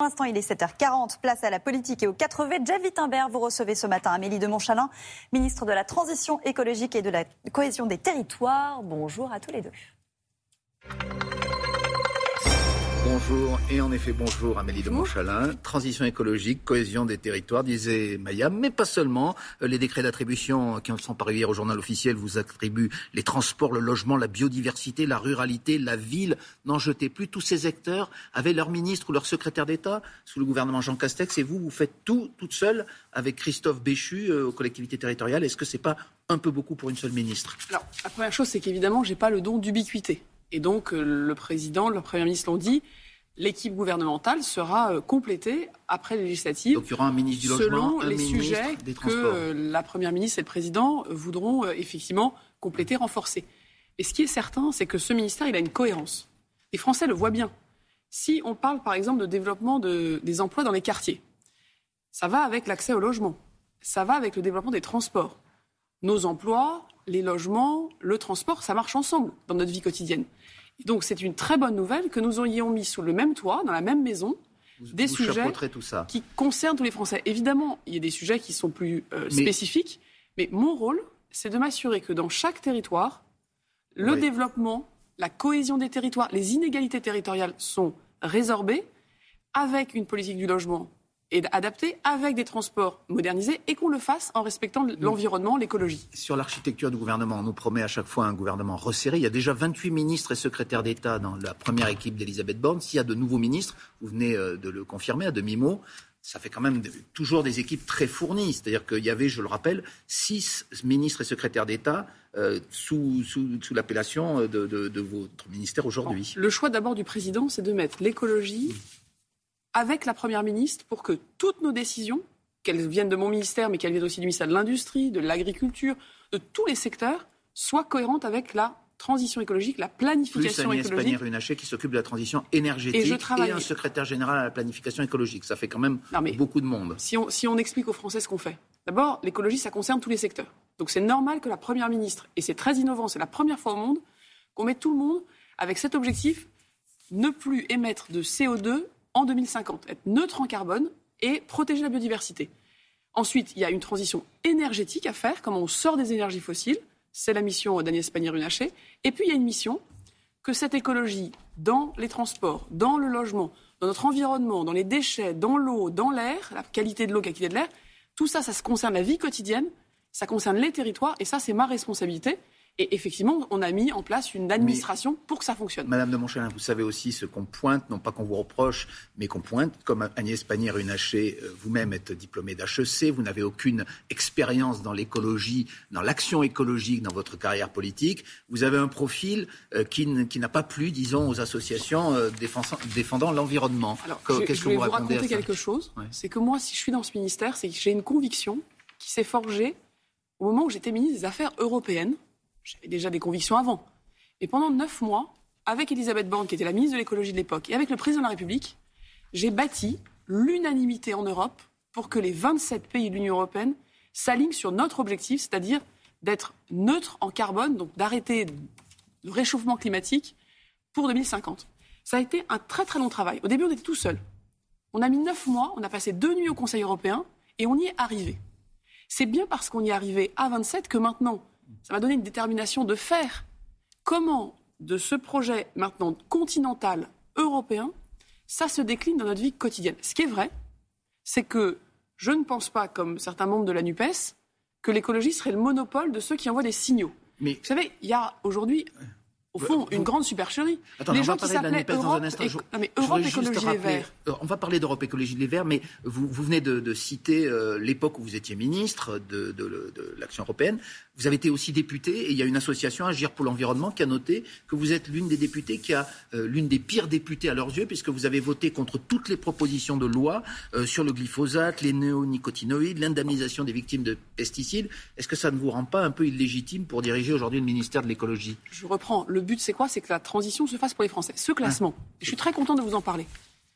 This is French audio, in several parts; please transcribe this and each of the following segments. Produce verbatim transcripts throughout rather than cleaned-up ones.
l'instant, il est sept heures quarante. Place à la politique et au quatre V. Jeff Wittenberg, vous recevez ce matin Amélie de Montchalin, ministre de la Transition écologique et de la cohésion des territoires. Bonjour à tous les deux. Bonjour, et en effet bonjour Amélie de Montchalin. Transition écologique, cohésion des territoires, disait Maya, mais pas seulement. Les décrets d'attribution qui sont parus hier au journal officiel vous attribuent les transports, le logement, la biodiversité, la ruralité, la ville. N'en jetez plus. Tous ces acteurs avaient leur ministre ou leur secrétaire d'État sous le gouvernement Jean Castex, et vous, vous faites tout, toute seule avec Christophe Béchu aux collectivités territoriales. Est-ce que c'est pas un peu beaucoup pour une seule ministre ? Alors, la première chose, c'est qu'évidemment, j'ai pas le don d'ubiquité. Et donc, le président, le Premier ministre l'ont dit, l'équipe gouvernementale sera euh, complétée après les législatives. Donc il y aura un ministre du Logement, selon les sujets que euh, la Première ministre et le Président euh, voudront euh, effectivement compléter, renforcer. Et ce qui est certain, c'est que ce ministère, il a une cohérence. Les Français le voient bien. Si on parle, par exemple, de développement de, des emplois dans les quartiers, ça va avec l'accès au logement. Ça va avec le développement des transports. Nos emplois, les logements, le transport, ça marche ensemble dans notre vie quotidienne. Et donc c'est une très bonne nouvelle que nous ayons mis sous le même toit, dans la même maison, vous, des vous sujets tout ça. qui concernent tous les Français. Évidemment, il y a des sujets qui sont plus euh, mais... spécifiques, mais mon rôle, c'est de m'assurer que dans chaque territoire, le oui. développement, la cohésion des territoires, les inégalités territoriales sont résorbées avec une politique du logement et adapté avec des transports modernisés et qu'on le fasse en respectant l'environnement, l'écologie. Sur l'architecture du gouvernement, on nous promet à chaque fois un gouvernement resserré. Il y a déjà vingt-huit ministres et secrétaires d'État dans la première équipe d'Elisabeth Borne. S'il y a de nouveaux ministres, vous venez de le confirmer à demi-mot, ça fait quand même toujours des équipes très fournies. C'est-à-dire qu'il y avait, je le rappelle, six ministres et secrétaires d'État euh, sous, sous, sous l'appellation de, de, de votre ministère aujourd'hui. Le choix d'abord du président, c'est de mettre l'écologie... Mmh. avec la Première ministre pour que toutes nos décisions, qu'elles viennent de mon ministère, mais qu'elles viennent aussi du ministère de l'Industrie, de l'Agriculture, de tous les secteurs, soient cohérentes avec la transition écologique, la planification Plus Agnès écologique. Pannier-Runacher qui s'occupe de la transition énergétique et, je travaille... et un secrétaire général à la planification écologique. Ça fait quand même non, beaucoup de monde. Si on, si on explique aux Français ce qu'on fait, d'abord, l'écologie, ça concerne tous les secteurs. Donc c'est normal que la Première ministre, et c'est très innovant, c'est la première fois au monde, qu'on mette tout le monde avec cet objectif, ne plus émettre de C O deux en deux mille cinquante, être neutre en carbone et protéger la biodiversité. Ensuite, il y a une transition énergétique à faire, comment on sort des énergies fossiles, c'est la mission d'Agnès Pannier-Runacher. Et puis il y a une mission que cette écologie, dans les transports, dans le logement, dans notre environnement, dans les déchets, dans l'eau, dans l'air, la qualité de l'eau, la qualité de l'air, tout ça, ça concerne la vie quotidienne, ça concerne les territoires, et ça, c'est ma responsabilité. Et effectivement, on a mis en place une administration mais, pour que ça fonctionne. Madame de Montchalin, vous savez aussi ce qu'on pointe, non pas qu'on vous reproche, mais qu'on pointe, comme Agnès Pannier-Runacher, vous-même êtes diplômée d'H E C, vous n'avez aucune expérience dans l'écologie, dans l'action écologique, dans votre carrière politique. Vous avez un profil euh, qui, n- qui n'a pas plu, disons, aux associations euh, défendant, défendant l'environnement. Alors, que, Qu'est-ce je, que je vous vais vous raconter quelque chose. Ouais. C'est que moi, si je suis dans ce ministère, c'est que j'ai une conviction qui s'est forgée au moment où j'étais ministre des Affaires européennes. J'avais déjà des convictions avant. Et pendant neuf mois, avec Elisabeth Borne, qui était la ministre de l'écologie de l'époque, et avec le président de la République, j'ai bâti l'unanimité en Europe pour que les vingt-sept pays de l'Union européenne s'alignent sur notre objectif, c'est-à-dire d'être neutre en carbone, donc d'arrêter le réchauffement climatique pour deux mille cinquante. Ça a été un très très long travail. Au début, on était tout seul. On a mis neuf mois, on a passé deux nuits au Conseil européen, et on y est arrivé. C'est bien parce qu'on y est arrivé à vingt-sept que maintenant, ça m'a donné une détermination de faire. Comment, de ce projet maintenant continental européen, ça se décline dans notre vie quotidienne. Ce qui est vrai, c'est que je ne pense pas, comme certains membres de la NUPES, que l'écologie serait le monopole de ceux qui envoient des signaux. Mais... Vous savez, il y a aujourd'hui, au fond, vous... une grande supercherie. Attends, les gens qui s'appelaient Europe, éco... non, mais Europe Écologie Les Verts. On va parler d'Europe Écologie Les Verts, mais vous, vous venez de, de citer euh, l'époque où vous étiez ministre de, de, de, de l'Action européenne. Vous avez été aussi député et il y a une association, Agir pour l'environnement, qui a noté que vous êtes l'une des députées qui a euh, l'une des pires députées à leurs yeux, puisque vous avez voté contre toutes les propositions de loi euh, sur le glyphosate, les néonicotinoïdes, l'indemnisation des victimes de pesticides. Est-ce que ça ne vous rend pas un peu illégitime pour diriger aujourd'hui le ministère de l'écologie ? Je reprends. Le but, c'est quoi ? C'est que la transition se fasse pour les Français. Ce classement, hein. Je suis très content de vous en parler.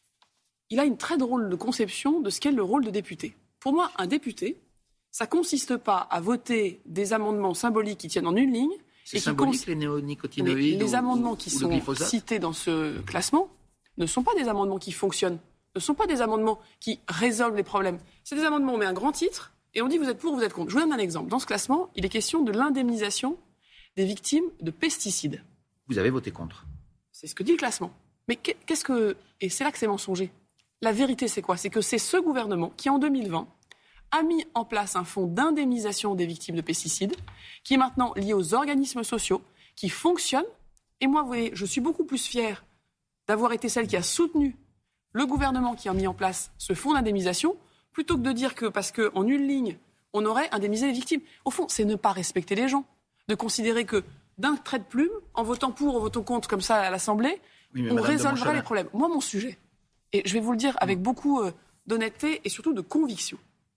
Il a une très drôle de conception de ce qu'est le rôle de député. Pour moi, un député, ça ne consiste pas à voter des amendements symboliques qui tiennent en une ligne. C'est et symbolique, qui cons... les néonicotinoïdes. Les, les ou, amendements ou, qui ou sont cités dans ce classement ne sont pas des amendements qui fonctionnent. ne sont pas des amendements qui résolvent les problèmes. C'est des amendements où on met un grand titre et on dit vous êtes pour, vous êtes contre. Je vous donne un exemple. Dans ce classement, il est question de l'indemnisation des victimes de pesticides. Vous avez voté contre. C'est ce que dit le classement. Mais qu'est-ce que... Et c'est là que c'est mensonger. La vérité, c'est quoi ? C'est que c'est ce gouvernement qui, en deux mille vingt, a mis en place un fonds d'indemnisation des victimes de pesticides qui est maintenant lié aux organismes sociaux, qui fonctionne. Et moi, vous voyez, je suis beaucoup plus fière d'avoir été celle qui a soutenu le gouvernement qui a mis en place ce fonds d'indemnisation, plutôt que de dire que, parce qu'en une ligne, on aurait indemnisé les victimes. Au fond, c'est ne pas respecter les gens. De considérer que, d'un trait de plume, en votant pour, en votant contre, comme ça à l'Assemblée, oui, on résolvera les problèmes. Moi, mon sujet, et je vais vous le dire avec beaucoup euh, d'honnêteté et surtout de conviction,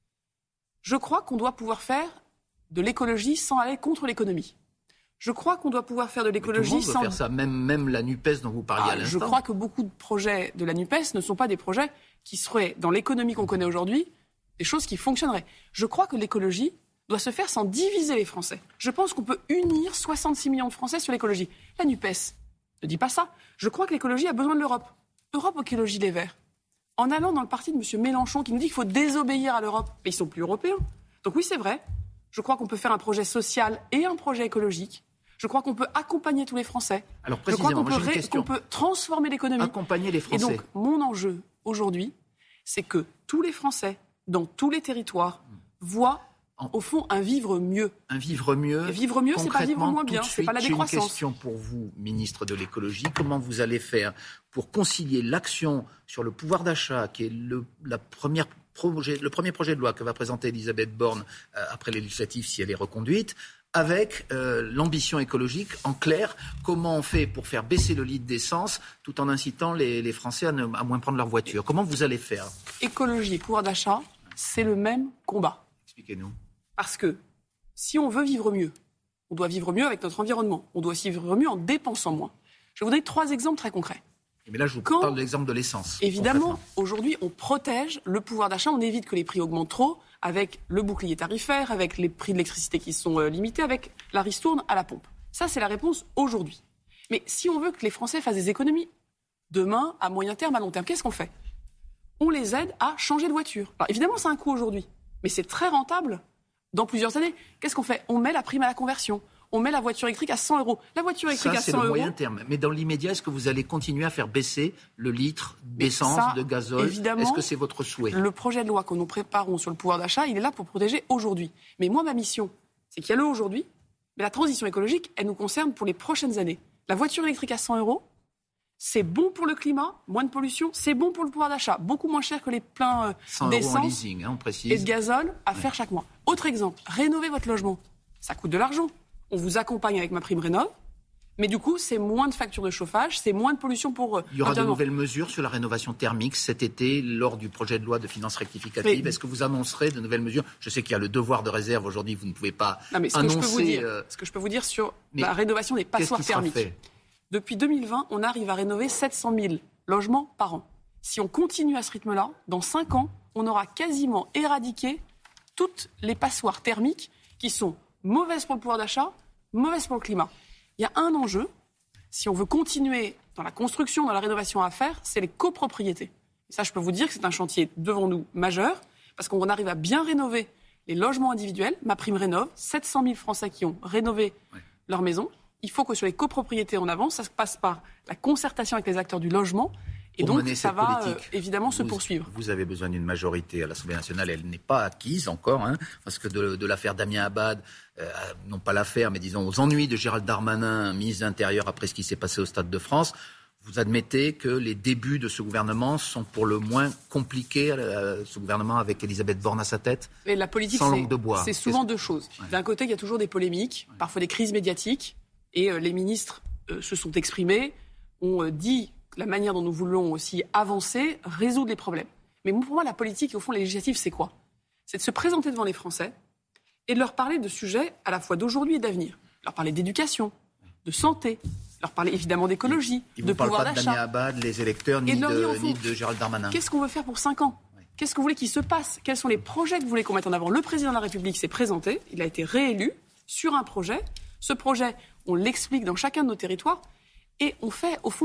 je crois qu'on doit pouvoir faire de l'écologie sans aller contre l'économie. Je crois qu'on doit pouvoir faire de l'écologie tout le monde sans... faire ça, même, même la NUPES dont vous parliez ah, à l'instant. Je crois que beaucoup de projets de la NUPES ne sont pas des projets qui seraient, dans l'économie qu'on connaît aujourd'hui, des choses qui fonctionneraient. Je crois que l'écologie doit se faire sans diviser les Français. Je pense qu'on peut unir soixante-six millions de Français sur l'écologie. La NUPES ne dit pas ça. Je crois que l'écologie a besoin de l'Europe. Europe écologie les Verts. En allant dans le parti de M. Mélenchon qui nous dit qu'il faut désobéir à l'Europe. Mais ils ne sont plus européens. Donc oui, c'est vrai. Je crois qu'on peut faire un projet social et un projet écologique. Je crois qu'on peut accompagner tous les Français. Alors je crois qu'on moi, peut, ré- qu'on peut transformer l'économie. Accompagner les Français. Et donc, mon enjeu aujourd'hui, c'est que tous les Français, dans tous les territoires, voient au fond un vivre mieux. Un vivre mieux. Et vivre mieux, c'est pas vivre moins bien, c'est pas la décroissance. J'ai une question pour vous, ministre de l'écologie. Comment vous allez faire pour concilier l'action sur le pouvoir d'achat, qui est le, la première projet, le premier projet de loi que va présenter Elisabeth Borne euh, après les législatives, si elle est reconduite, avec euh, l'ambition écologique? En clair, comment on fait pour faire baisser le litre d'essence tout en incitant les, les Français à, ne, à moins prendre leur voiture? Comment vous allez faire? Écologie et pouvoir d'achat, c'est le même combat. Expliquez-nous. Parce que si on veut vivre mieux, on doit vivre mieux avec notre environnement. On doit aussi vivre mieux en dépensant moins. Je vais vous donner trois exemples très concrets. Mais là, je vous Quand, parle de l'exemple de l'essence. Évidemment, aujourd'hui, on protège le pouvoir d'achat. On évite que les prix augmentent trop avec le bouclier tarifaire, avec les prix de l'électricité qui sont euh, limités, avec la ristourne à la pompe. Ça, c'est la réponse aujourd'hui. Mais si on veut que les Français fassent des économies, demain, à moyen terme, à long terme, qu'est-ce qu'on fait? On les aide à changer de voiture. Alors, évidemment, c'est un coût aujourd'hui, mais c'est très rentable dans plusieurs années. Qu'est-ce qu'on fait? On met la prime à la conversion. On met la voiture électrique à cent euros. La voiture électrique ça, à cent euros... Ça, c'est le moyen terme. Mais dans l'immédiat, est-ce que vous allez continuer à faire baisser le litre d'essence, ça, de gazole? Évidemment, est-ce que c'est votre souhait? Le projet de loi que nous préparons sur le pouvoir d'achat, il est là pour protéger aujourd'hui. Mais moi, ma mission, c'est qu'il y a le aujourd'hui, mais la transition écologique, elle nous concerne pour les prochaines années. La voiture électrique à cent euros, c'est bon pour le climat, moins de pollution, c'est bon pour le pouvoir d'achat, beaucoup moins cher que les pleins euh, d'essence leasing, hein, on précise. Et de gazole à ouais. faire chaque mois. Autre exemple, rénover votre logement, ça coûte de l'argent. On vous accompagne avec ma prime rénov', mais du coup, c'est moins de factures de chauffage, c'est moins de pollution pour... Il y aura de nouvelles mesures sur la rénovation thermique cet été, lors du projet de loi de finances rectificative. Mais... Est-ce que vous annoncerez de nouvelles mesures? Je sais qu'il y a le devoir de réserve aujourd'hui, vous ne pouvez pas non, mais ce annoncer... Que je peux vous dire, euh... ce que je peux vous dire sur mais la rénovation des passoires thermiques. Fait Depuis deux mille vingt, on arrive à rénover sept cent mille logements par an. Si on continue à ce rythme-là, dans cinq ans, on aura quasiment éradiqué toutes les passoires thermiques qui sont mauvaises pour le pouvoir d'achat, mauvaise pour le climat. Il y a un enjeu, si on veut continuer dans la construction, dans la rénovation à faire, c'est les copropriétés. Et ça, je peux vous dire que c'est un chantier devant nous majeur, parce qu'on arrive à bien rénover les logements individuels. Ma prime rénov', sept cent mille Français qui ont rénové ouais. leur maison. Il faut que sur les copropriétés, on avance. Ça se passe par la concertation avec les acteurs du logement. Et Pour donc, ça va euh, évidemment vous, se poursuivre. Vous avez besoin d'une majorité à l'Assemblée nationale. Elle n'est pas acquise encore, hein, parce que de, de l'affaire Damien Abad, euh, non pas l'affaire, mais disons aux ennuis de Gérald Darmanin, ministre de l'Intérieur, après ce qui s'est passé au Stade de France, vous admettez que les débuts de ce gouvernement sont pour le moins compliqués, euh, ce gouvernement avec Elisabeth Borne à sa tête? Et la politique, sans langue de bois. C'est souvent deux choses. Ouais. D'un côté, il y a toujours des polémiques, ouais. parfois des crises médiatiques, et euh, les ministres euh, se sont exprimés, ont euh, dit la manière dont nous voulons aussi avancer, résoudre les problèmes. Mais pour moi, la politique, et au fond, les législatives, c'est quoi? C'est de se présenter devant les Français et de leur parler de sujets à la fois d'aujourd'hui et d'avenir. Leur parler d'éducation, de santé, leur parler évidemment d'écologie, de pouvoir d'achat. Ils ne parlent pas de Damien Abad, les électeurs, ni de, de, fond, ni de Gérald Darmanin. Qu'est-ce qu'on veut faire pour cinq ans? Oui. Qu'est-ce que vous voulez qu'il se passe? Quels sont les projets que vous voulez qu'on mette en avant? Le président de la République s'est présenté, il a été réélu sur un projet. Ce projet, on l'explique dans chacun de nos territoires et on fait, au fond,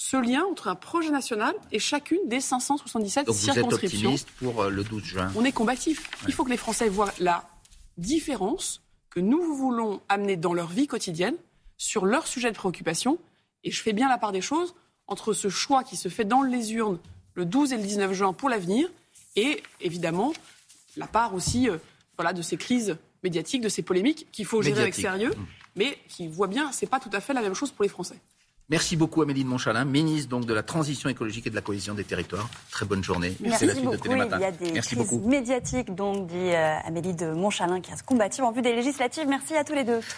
ce lien entre un projet national et chacune des cinq cent soixante-dix-sept Donc circonscriptions. Vous êtes optimiste pour le douze juin. On est combatif. Ouais. Il faut que les Français voient la différence que nous voulons amener dans leur vie quotidienne sur leur sujet de préoccupation. Et je fais bien la part des choses entre ce choix qui se fait dans les urnes le douze et le dix-neuf juin pour l'avenir et évidemment la part aussi euh, voilà, de ces crises médiatiques, de ces polémiques qu'il faut gérer Médiatique. avec sérieux, mmh. mais qui voient bien, c'est pas tout à fait la même chose pour les Français. Merci beaucoup Amélie de Montchalin, ministre donc de la Transition écologique et de la cohésion des territoires. Très bonne journée. Merci c'est la suite beaucoup. de Télématin. Oui, il y a des Merci crises beaucoup. médiatiques, donc dit euh, Amélie de Montchalin, qui reste combative en vue des législatives. Merci à tous les deux.